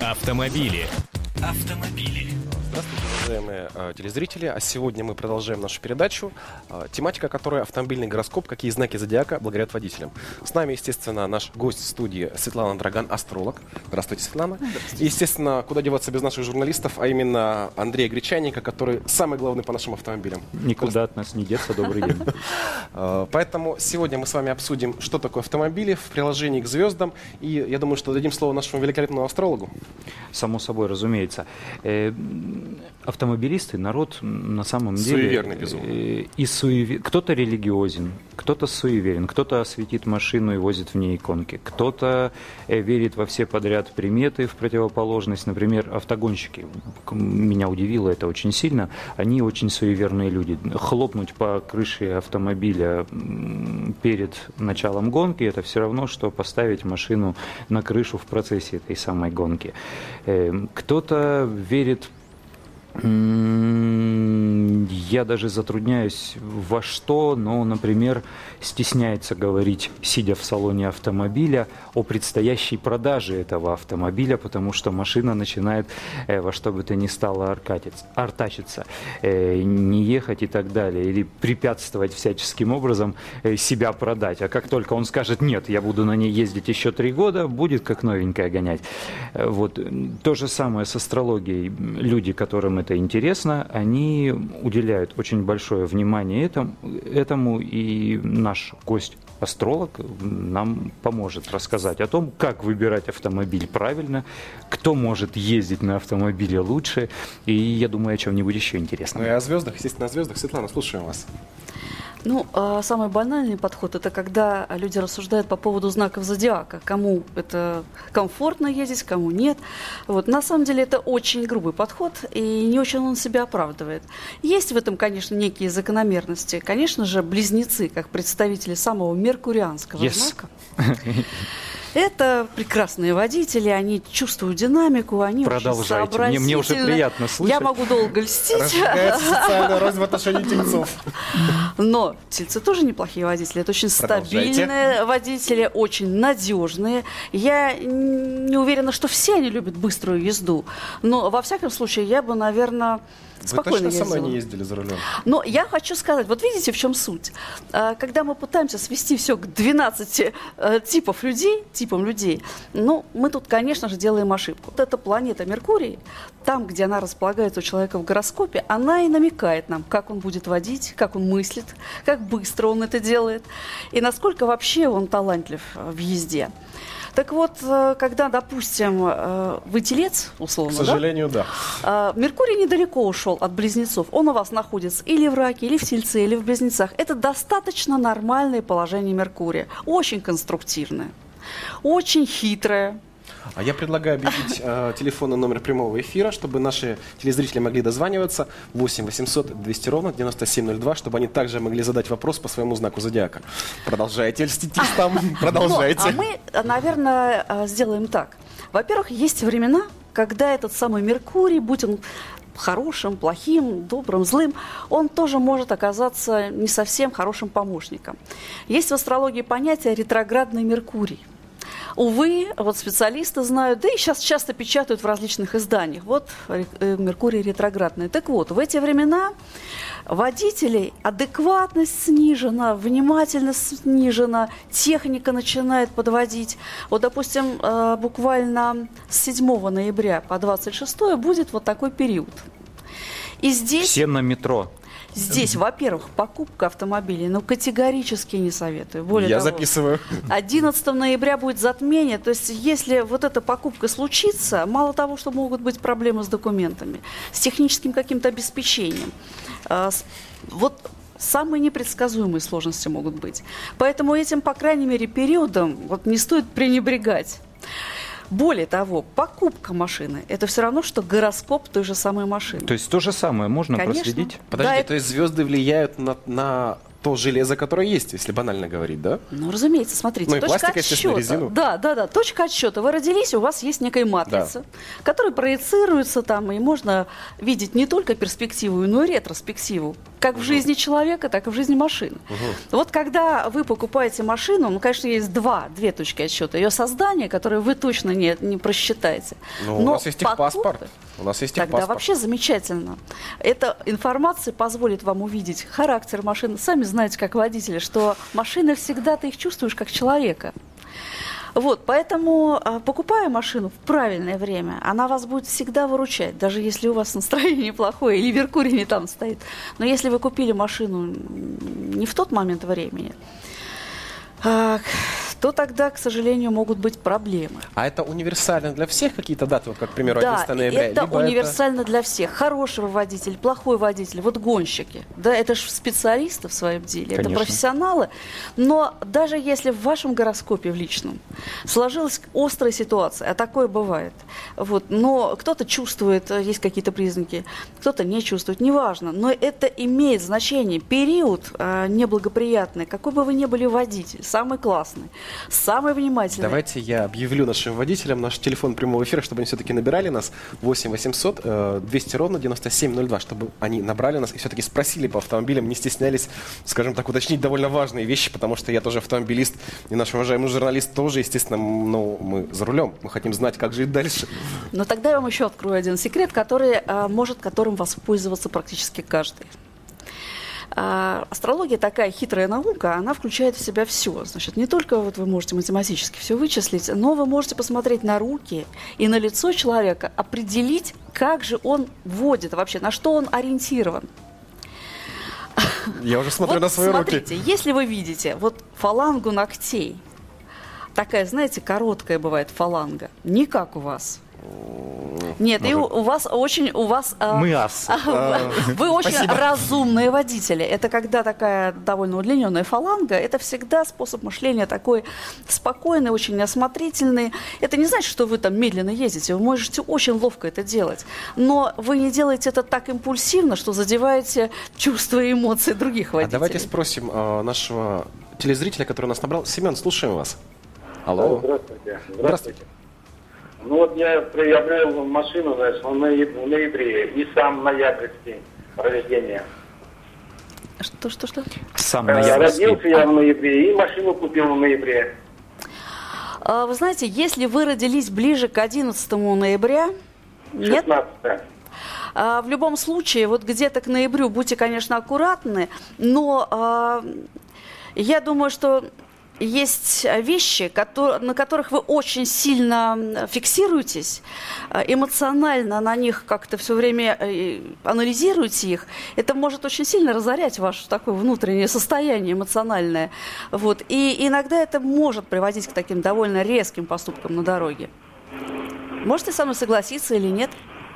Автомобили. Здравствуйте, уважаемые телезрители. А сегодня мы продолжаем нашу передачу, тематика которой автомобильный гороскоп, какие знаки зодиака благодарят водителям. С нами, естественно, наш гость в студии Светлана Драган, астролог. Здравствуйте, Светлана. Здравствуйте. И, естественно, куда деваться без наших журналистов, а именно Андрея Гречаника, который самый главный по нашим автомобилям. Никуда от нас не деться, добрый день. Поэтому сегодня мы с вами обсудим, что такое автомобили в приложении к звездам. И я думаю, что дадим слово нашему великолепному астрологу. Само собой, разумеется. Автомобилисты, народ на самом деле... Суеверный, безумно. Кто-то религиозен, кто-то суеверен, кто-то осветит машину и возит в ней иконки, кто-то верит во все подряд приметы в противоположность. Например, автогонщики. Меня удивило это очень сильно. Они очень суеверные люди. Хлопнуть по крыше автомобиля перед началом гонки — это все равно, что поставить машину на крышу в процессе этой самой гонки. Кто-то верит... Я даже затрудняюсь во что, но, например, стесняется говорить, сидя в салоне автомобиля, о предстоящей продаже этого автомобиля, потому что машина начинает во что бы то ни стало артачиться, не ехать и так далее, или препятствовать всяческим образом себя продать. А как только он скажет: нет, я буду на ней ездить еще 3 года, будет как новенькая гонять. Вот. То же самое с астрологией. Люди, которым это интересно, они уделяют очень большое внимание этому, и наш гость-астролог нам поможет рассказать о том, как выбирать автомобиль правильно, кто может ездить на автомобиле лучше, и, я думаю, о чем-нибудь еще интересном. Ну и о звездах, естественно, о звездах. Светлана, слушаем вас. Самый банальный подход — это когда люди рассуждают по поводу знаков зодиака, кому это комфортно ездить, кому нет. На самом деле это очень грубый подход, и не очень он себя оправдывает. Есть в этом, конечно, некие закономерности. Конечно же, близнецы, как представители самого меркурианского знака. Это прекрасные водители, они чувствуют динамику, они очень сообразительны. Мне уже приятно слышать. Я могу долго льстить. Разжигается социальная рознь в отношении тельцов. Но тельцы тоже неплохие водители. Это очень стабильные водители, очень надежные. Я не уверена, что все они любят быструю езду. Но, во всяком случае, я бы, наверное... Вы точно со мной не ездили за рулем? Но я хочу сказать, видите, в чем суть? Когда мы пытаемся свести все к 12 типам людей, мы тут, конечно же, делаем ошибку. Эта планета Меркурий, там, где она располагается у человека в гороскопе, она и намекает нам, как он будет водить, как он мыслит, как быстро он это делает, и насколько вообще он талантлив в езде. Так вот, когда, допустим, вы телец, условно, к сожалению, да. Меркурий недалеко ушел от близнецов. Он у вас находится или в раке, или в тельце, или в близнецах. Это достаточно нормальное положение Меркурия. Очень конструктивное, очень хитрое. А я предлагаю объявить телефонный номер прямого эфира, чтобы наши телезрители могли дозваниваться. 8 800 200 ровно 9702, чтобы они также могли задать вопрос по своему знаку зодиака. Продолжайте льстить там, продолжайте. А мы, наверное, сделаем так. Во-первых, есть времена, когда этот самый Меркурий, будь он хорошим, плохим, добрым, злым, он тоже может оказаться не совсем хорошим помощником. Есть в астрологии понятие ретроградный Меркурий. Увы, специалисты знают, да и сейчас часто печатают в различных изданиях. Меркурий ретроградный. Так вот, в эти времена водителей адекватность снижена, внимательность снижена, техника начинает подводить. Допустим, буквально с 7 ноября по 26 будет такой период. И здесь... Все на метро. Здесь, во-первых, покупка автомобилей, категорически не советую. Более того, записываю. 11 ноября будет затмение. То есть, если эта покупка случится, мало того, что могут быть проблемы с документами, с техническим каким-то обеспечением. Самые непредсказуемые сложности могут быть. Поэтому этим, по крайней мере, периодом не стоит пренебрегать. Более того, покупка машины – это все равно, что гороскоп той же самой машины. То есть то же самое можно проследить? Подождите, то есть звезды влияют на то железо, которое есть, если банально говорить, да? Разумеется, смотрите. И пластик, естественно, резину. Да. Точка отсчета. Вы родились, у вас есть некая матрица, которая проецируется и можно видеть не только перспективу, но и ретроспективу. Как в жизни человека, так и в жизни машины. Вот когда вы покупаете машину, ну, конечно, есть две точки отсчета. Ее создание, которое вы точно не просчитаете. Но у нас есть техпаспорт. У нас есть техпаспорт. Тогда вообще замечательно. Эта информация позволит вам увидеть характер машины. Сами знаете, как водители, что машины всегда ты их чувствуешь как человека. Вот, поэтому, покупая машину в правильное время, она вас будет всегда выручать, даже если у вас настроение плохое или Меркурий не там стоит. Но если вы купили машину не в тот момент времени, то тогда, к сожалению, могут быть проблемы. А это универсально для всех какие-то даты, вот как, к примеру, 11 ноября? Да, это универсально для всех. Хороший водитель, плохой водитель, вот гонщики. Да, это же специалисты в своем деле, Конечно. это профессионалы. Но даже если в вашем гороскопе, в личном, сложилась острая ситуация, а такое бывает, вот, но кто-то чувствует, есть какие-то признаки, кто-то не чувствует, неважно, но это имеет значение. Период неблагоприятный, какой бы вы ни были водитель, самый классный, самый внимательный. Давайте я объявлю нашим водителям наш телефон прямого эфира, чтобы они все-таки набирали нас 8 800 200 ровно 9702, чтобы они набрали нас и все-таки спросили по автомобилям, не стеснялись, скажем так, уточнить довольно важные вещи, потому что я тоже автомобилист, и наш уважаемый журналист тоже, естественно, ну, мы за рулем, мы хотим знать, как жить дальше. Но тогда я вам еще открою один секрет, которым воспользоваться практически каждый. Астрология такая хитрая наука, она включает в себя все. Значит, не только вот вы можете математически все вычислить, но вы можете посмотреть на руки и на лицо человека, определить, как же он водит вообще, на что он ориентирован. Я уже смотрю вот на свои смотрите, руки. Если вы видите вот фалангу ногтей, такая, знаете, короткая бывает фаланга, не как у вас. Нет, и у вас Мы ас. Вы очень Спасибо. разумные водители. Это когда такая довольно удлиненная фаланга, это всегда способ мышления такой спокойный, очень осмотрительный. Это не значит, что вы там медленно ездите, вы можете очень ловко это делать. Но вы не делаете это так импульсивно, что задеваете чувства и эмоции других водителей. А давайте спросим нашего телезрителя, который нас набрал. Семен, слушаем вас. Алло. Здравствуйте. Здравствуйте. Ну вот я приобрел машину, значит, в ноябре, и сам ноябрьский рождения. Что? Сам ноябрьский. Родился я в ноябре, и машину купил в ноябре. Вы знаете, если вы родились ближе к 11 ноября, нет? 16. В любом случае, вот где-то к ноябрю будьте, конечно, аккуратны, но я думаю, что есть вещи, на которых вы очень сильно фиксируетесь, эмоционально на них как-то все время анализируете их. Это может очень сильно разорять ваше такое внутреннее состояние эмоциональное. Вот. И иногда это может приводить к таким довольно резким поступкам на дороге. Можете со мной согласиться или нет?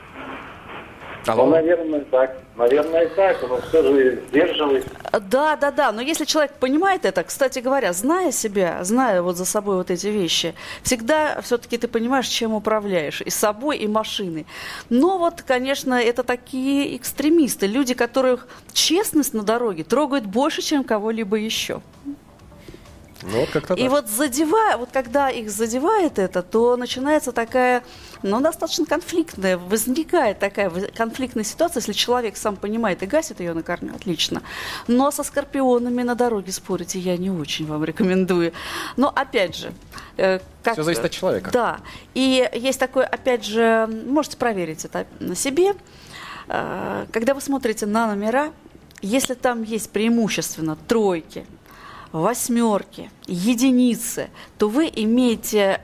Алло. Ну, наверное, так, но все же сдерживаюсь. Да, но если человек понимает это, кстати говоря, зная себя, зная вот за собой вот эти вещи, всегда все-таки ты понимаешь, чем управляешь, и собой, и машиной. Но вот, конечно, это такие экстремисты, люди, которых честность на дороге трогает больше, чем кого-либо еще. Ну, вот как-то И так. вот когда их задевает это, то начинается такая, достаточно конфликтная, возникает такая конфликтная ситуация, если человек сам понимает и гасит ее на корню, отлично. Но со скорпионами на дороге спорить я не очень вам рекомендую. Но опять же, Все зависит от человека. Да, и есть такое, опять же, можете проверить это на себе, когда вы смотрите на номера, если там есть преимущественно тройки, восьмерки, единицы, то вы имеете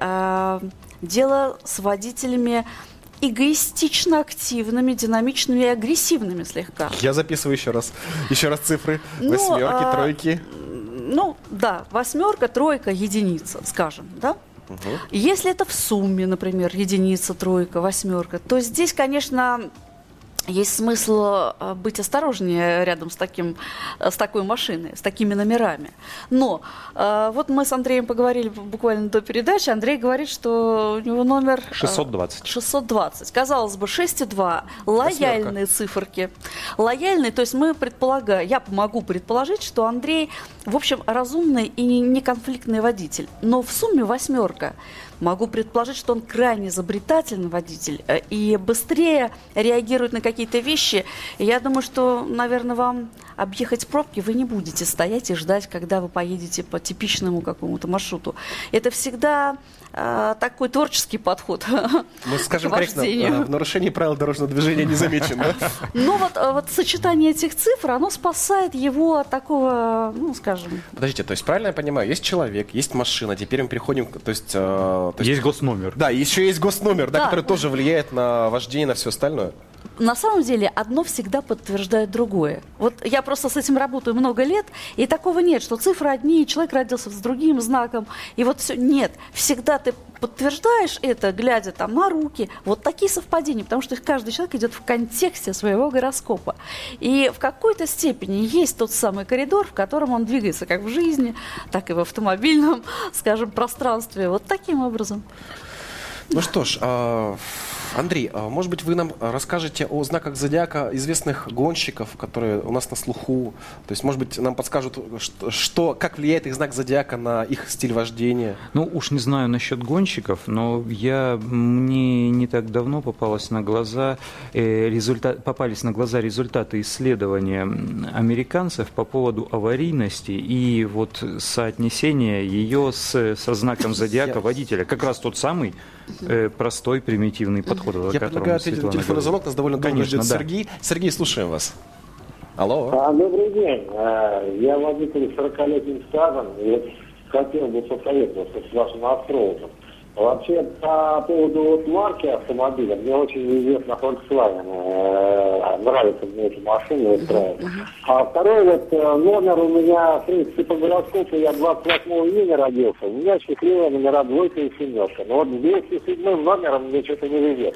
дело с водителями эгоистично активными, динамичными и агрессивными слегка. Я записываю еще раз цифры. Восьмерки, тройки. Да, восьмерка, тройка, единица, скажем, да? Угу. Если это в сумме, например, единица, тройка, восьмерка, то здесь, конечно, есть смысл быть осторожнее рядом с такой машиной, с такими номерами. Но вот мы с Андреем поговорили буквально до передачи. Андрей говорит, что у него номер 620. 620. Казалось бы, 6,2. Лояльные циферки. Лояльные, то есть я могу предположить, что Андрей, в общем, разумный и не конфликтный водитель. Но в сумме восьмерка. Могу предположить, что он крайне изобретательный водитель и быстрее реагирует на какие-то вещи. И я думаю, что, наверное, вам объехать пробки, вы не будете стоять и ждать, когда вы поедете по типичному какому-то маршруту. Это всегда такой творческий подход. Мы скажем корректно, в нарушении правил дорожного движения не замечено. Но вот сочетание этих цифр, оно спасает его от такого, ну, скажем... Подождите, то есть правильно я понимаю, есть человек, есть машина, теперь мы переходим, то есть есть госномер. Да, еще есть госномер, да, который тоже влияет на вождение, на все остальное. На самом деле одно всегда подтверждает другое. Вот я просто с этим работаю много лет, и такого нет, что цифры одни, человек родился с другим знаком, и вот все. Нет, всегда ты подтверждаешь это, глядя там на руки. Вот такие совпадения, потому что каждый человек идет в контексте своего гороскопа. И в какой-то степени есть тот самый коридор, в котором он двигается как в жизни, так и в автомобильном, скажем, пространстве. Вот таким образом. Ну что ж, Андрей, может быть, вы нам расскажете о знаках зодиака известных гонщиков, которые у нас на слуху. То есть, может быть, нам подскажут, как влияет их знак зодиака на их стиль вождения. Ну, уж не знаю насчет гонщиков, но мне не так давно попались на глаза результаты исследования американцев по поводу аварийности и вот соотнесения ее со знаком зодиака водителя. Как раз тот самый простой, примитивный подход. Я предлагаю ответить на телефонный звонок. Нас довольно долго ждет Сергей. Сергей, слушаем вас. Алло. Добрый день. Я водитель с 40-летним стажем. И хотел бы посоветоваться с вашим астрологом. Вообще, по поводу марки автомобиля, мне очень известна Volkswagen. Нравится мне эта машина, устраивает. А второй номер у меня, в принципе, по гороскопу, я 28 июня родился. У меня счастливые номера 2 и 7. Но вот 207 номером мне что-то не везет.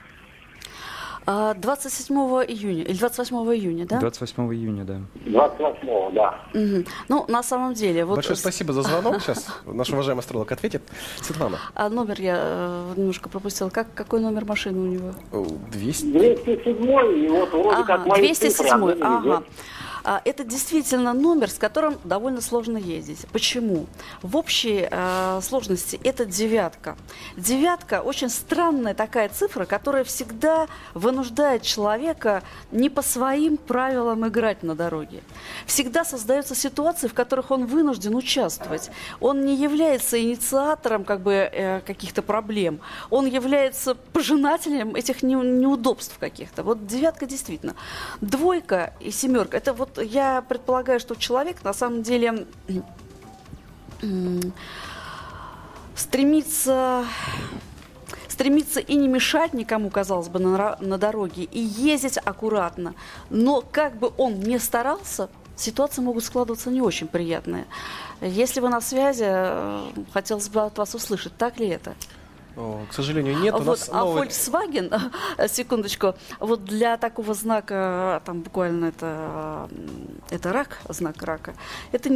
27 июня, или 28 июня, да? 28 июня, да. 28, да. Угу. Ну, на самом деле... Вот... Большое спасибо за звонок. Сейчас наш уважаемый астролог ответит. Светлана. А номер я немножко пропустила. Какой номер машины у него? 207, и вот вроде как мои 207, цифры. ага. Это действительно номер, с которым довольно сложно ездить. Почему? В общей сложности это девятка. Девятка очень странная такая цифра, которая всегда вынуждает человека не по своим правилам играть на дороге. Всегда создаются ситуации, в которых он вынужден участвовать. Он не является инициатором каких-то проблем. Он является пожинателем этих неудобств каких-то. Вот девятка действительно. Двойка и семерка – это вот я предполагаю, что человек на самом деле стремится и не мешать никому, казалось бы, на дороге, и ездить аккуратно. Но как бы он ни старался, ситуации могут складываться не очень приятные. Если вы на связи, хотелось бы от вас услышать, так ли это? К сожалению, нет. У нас новый... Volkswagen, секундочку, вот для такого знака, там буквально это рак, знак рака, это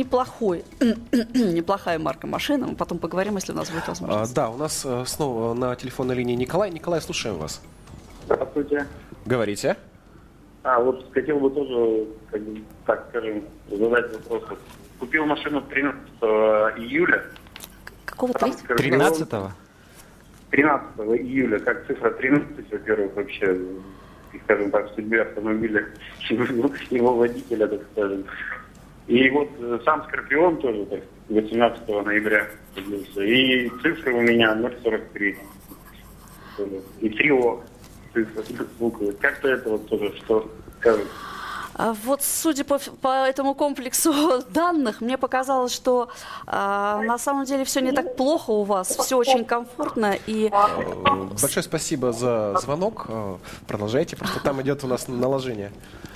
неплохая марка машины. Мы потом поговорим, если у нас будет возможность. Да, у нас снова на телефонной линии Николай. Николай, слушаем вас. Здравствуйте. Говорите. Вот хотел бы тоже, так скажем, задать вопрос. Купил машину 13 июля. Какого 13-го? 13 июля, как цифра 13, во-первых, вообще, скажем так, в судьбе автомобиля, его водителя, так скажем. И вот сам Скорпион тоже, так, 18 ноября родился. И цифры у меня 0,43. И 3 буквы. Как-то это вот тоже, что скажем. Вот, судя по этому комплексу данных, мне показалось, что на самом деле все не так плохо у вас, все очень комфортно. И... Большое спасибо за звонок. Продолжайте, просто там идет у нас наложение.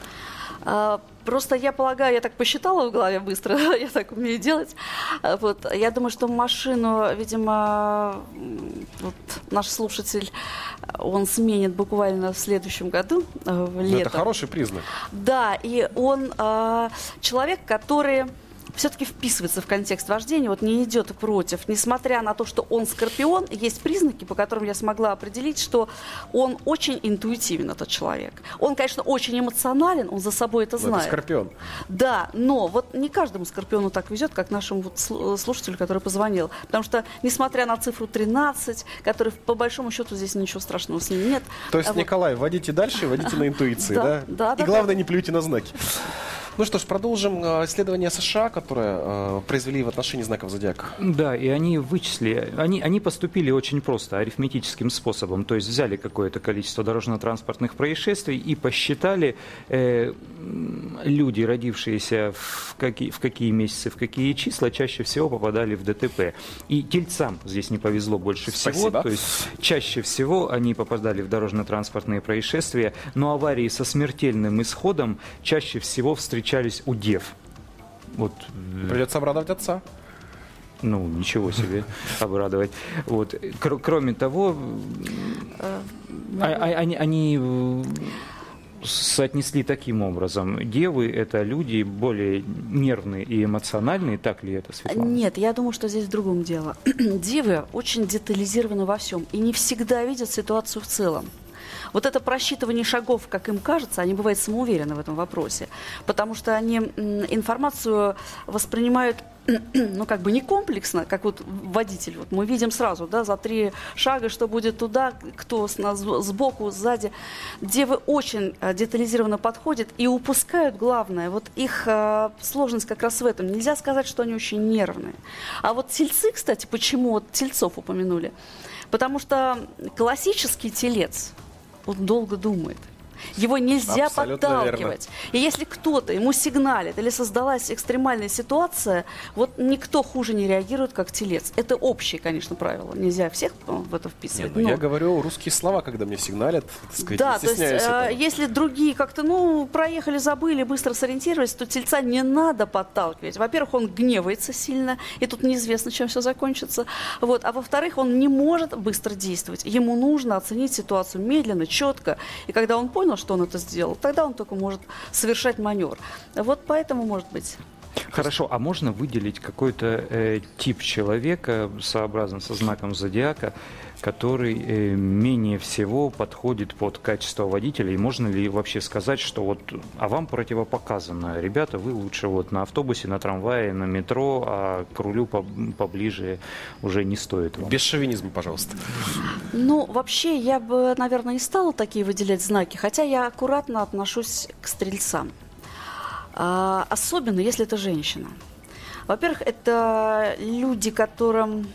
Просто я полагаю, я так посчитала в голове быстро, я так умею делать. Вот, я думаю, что машину, видимо, вот наш слушатель, он сменит буквально в следующем году, в лето. Это хороший признак. Да, и он человек, который все-таки вписывается в контекст вождения, вот не идет против. Несмотря на то, что он Скорпион, есть признаки, по которым я смогла определить, что он очень интуитивен, этот человек. Он, конечно, очень эмоционален, он за собой это знает. Это Скорпион. Да, но вот не каждому Скорпиону так везет, как нашему вот слушателю, который позвонил. Потому что, несмотря на цифру 13, который по большому счету здесь ничего страшного с ним нет. То есть, Николай, водите дальше, водите на интуиции, да? Да. И главное, не плюйте на знаки. Ну что ж, продолжим исследование США, которое произвели в отношении знаков зодиака. Да, и они вычислили, они поступили очень просто, арифметическим способом, то есть взяли какое-то количество дорожно-транспортных происшествий и посчитали люди, родившиеся в какие месяцы, в какие числа, чаще всего попадали в ДТП. И тельцам здесь не повезло больше всего, Спасибо. то есть чаще всего они попадали в дорожно-транспортные происшествия, но аварии со смертельным исходом чаще всего встречались у дев. Вот. Придется обрадовать отца. Ну, ничего себе обрадовать. Вот. Кроме того, они соотнесли таким образом. Девы – это люди более нервные и эмоциональные. Так ли это, Светлана? Нет, я думаю, что здесь в другом дело. Девы очень детализированы во всем и не всегда видят ситуацию в целом. Вот это просчитывание шагов, как им кажется, они бывают самоуверены в этом вопросе, потому что они информацию воспринимают, ну, как бы не комплексно, как вот водитель. Вот мы видим сразу, да, за 3 шага, что будет туда, кто с нас сбоку, сзади. Девы очень детализированно подходят и упускают главное. Вот их сложность как раз в этом. Нельзя сказать, что они очень нервные. А вот тельцы, кстати, почему вот тельцов упомянули? Потому что классический телец, он долго думает. Его нельзя подталкивать. Верно. И если кто-то ему сигналит или создалась экстремальная ситуация, вот никто хуже не реагирует, как телец. Это общее, конечно, правило. Нельзя всех в это вписывать. Нет, но я говорю русские слова, когда мне сигналят, так сказать, да, то есть, если другие как-то, проехали, забыли, быстро сориентировались, то тельца не надо подталкивать. Во-первых, он гневается сильно, и тут неизвестно, чем все закончится. Вот. А во-вторых, он не может быстро действовать. Ему нужно оценить ситуацию медленно, четко. И когда он понял, что он это сделал, тогда он только может совершать маневр. Вот поэтому, может быть... Хорошо, а можно выделить какой-то тип человека, сообразно со знаком зодиака, который менее всего подходит под качество водителя? И можно ли вообще сказать, что вот, а вам противопоказано, ребята, вы лучше вот на автобусе, на трамвае, на метро, а к рулю поближе уже не стоит вам? Без шовинизма, пожалуйста. Вообще, я бы, наверное, не стала такие выделять знаки, хотя я аккуратно отношусь к стрельцам. Особенно, если это женщина. Во-первых, это люди, которым,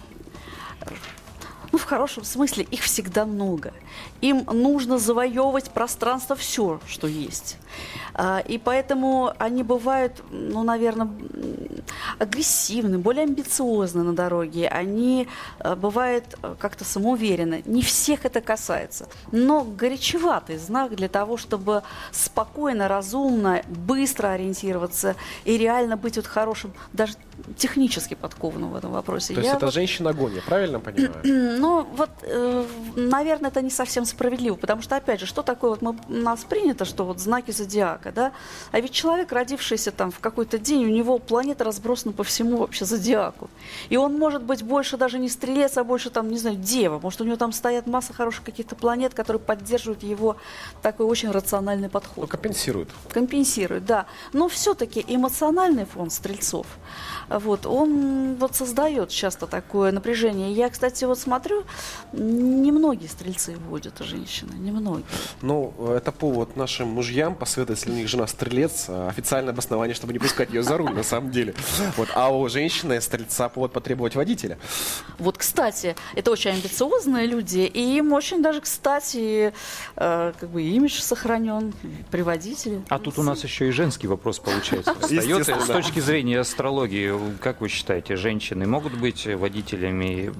в хорошем смысле, их всегда много. Им нужно завоевывать пространство все, что есть. И поэтому они бывают, наверное, агрессивны, более амбициозны на дороге. Они бывают как-то самоуверены. Не всех это касается. Но горячеватый знак для того, чтобы спокойно, разумно, быстро ориентироваться и реально быть вот хорошим, даже технически подкованным в этом вопросе. То есть это женщина-огонь, я правильно понимаю? Наверное, это не совсем справедливо, потому что, опять же, что такое, у нас принято, что вот знаки зодиака, да, а ведь человек, родившийся там в какой-то день, у него планета разбросана по всему вообще зодиаку, и он может быть больше даже не стрелец, а больше там, не знаю, дева, может, у него там стоят масса хороших каких-то планет, которые поддерживают его такой очень рациональный подход. Компенсируют. Компенсируют, да, но все-таки эмоциональный фон стрельцов, он создает часто такое напряжение. Я, кстати, смотрю, немногие стрельцы водят женщины, немногие. Это повод нашим мужьям посоветовать, если у них жена стрелец, официальное обоснование, чтобы не пускать ее за руль, на самом деле. А у женщины стрельца повод потребовать водителя. Кстати, это очень амбициозные люди, и им очень даже, кстати, имидж сохранен при водителе. А тут у нас еще и женский вопрос получается. С точки зрения астрологии, как вы считаете, женщины могут быть водителями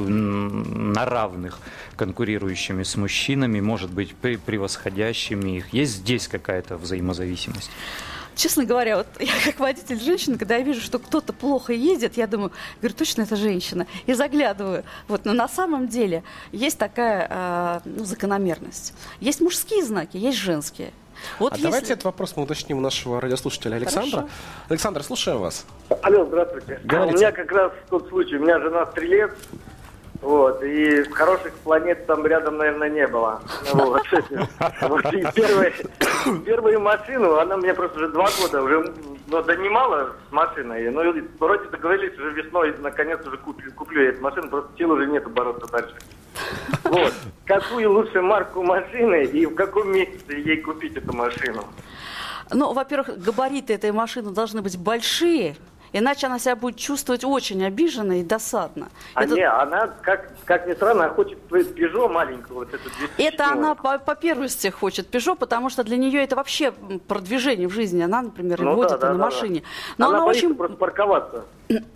на равных, конкурирующими с мужчинами, может быть, превосходящими их? Есть здесь какая-то взаимозависимость? Честно говоря, я как водитель женщины, когда я вижу, что кто-то плохо едет, я говорю, точно это женщина. И заглядываю. Но на самом деле есть такая закономерность. Есть мужские знаки, есть женские. Давайте этот вопрос мы уточним у нашего радиослушателя Александра. Хорошо. Александр, слушаем вас. Алло, здравствуйте. Говорите. У меня как раз тот случай. У меня жена стрелец. И хороших планет там рядом, наверное, не было. И первую машину, она мне просто уже 2 года уже донимала с машиной. Вроде договорились, уже весной, наконец, уже куплю я эту машину, просто сил уже нету бороться дальше. Какую лучше марку машины и в каком месяце ей купить эту машину? Ну, во-первых, габариты этой машины должны быть большие, иначе она себя будет чувствовать очень обиженно и досадно. Она, как ни странно, она хочет Peugeot маленькую, вот эту 207. Это она по первости хочет Peugeot, потому что для нее это вообще продвижение в жизни. Она, например, водит на машине. Но она боится просто парковаться.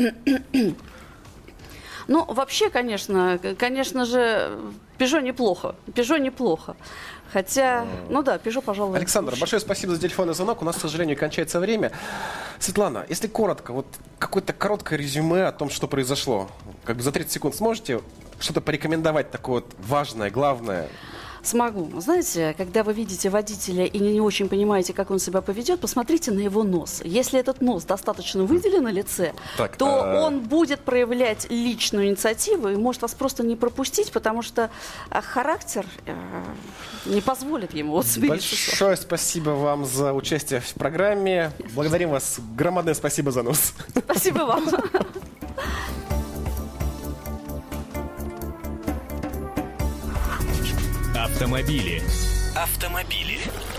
Ну, вообще, конечно же, Peugeot неплохо. Хотя, ну да, Peugeot, пожалуй, Александр, лучше. большое спасибо за телефонный звонок. У нас, к сожалению, кончается время. Светлана, если коротко, вот какое-то короткое резюме о том, что произошло. Как бы за 30 секунд сможете что-то порекомендовать такое вот важное, главное? Смогу. Знаете, когда вы видите водителя и не очень понимаете, как он себя поведет, посмотрите на его нос. Если этот нос достаточно выделен на лице, то он будет проявлять личную инициативу и может вас просто не пропустить, потому что характер не позволит ему вот смириться. Большое спасибо вам за участие в программе. Благодарим вас. Громадное спасибо за нос. Спасибо вам. Автомобили.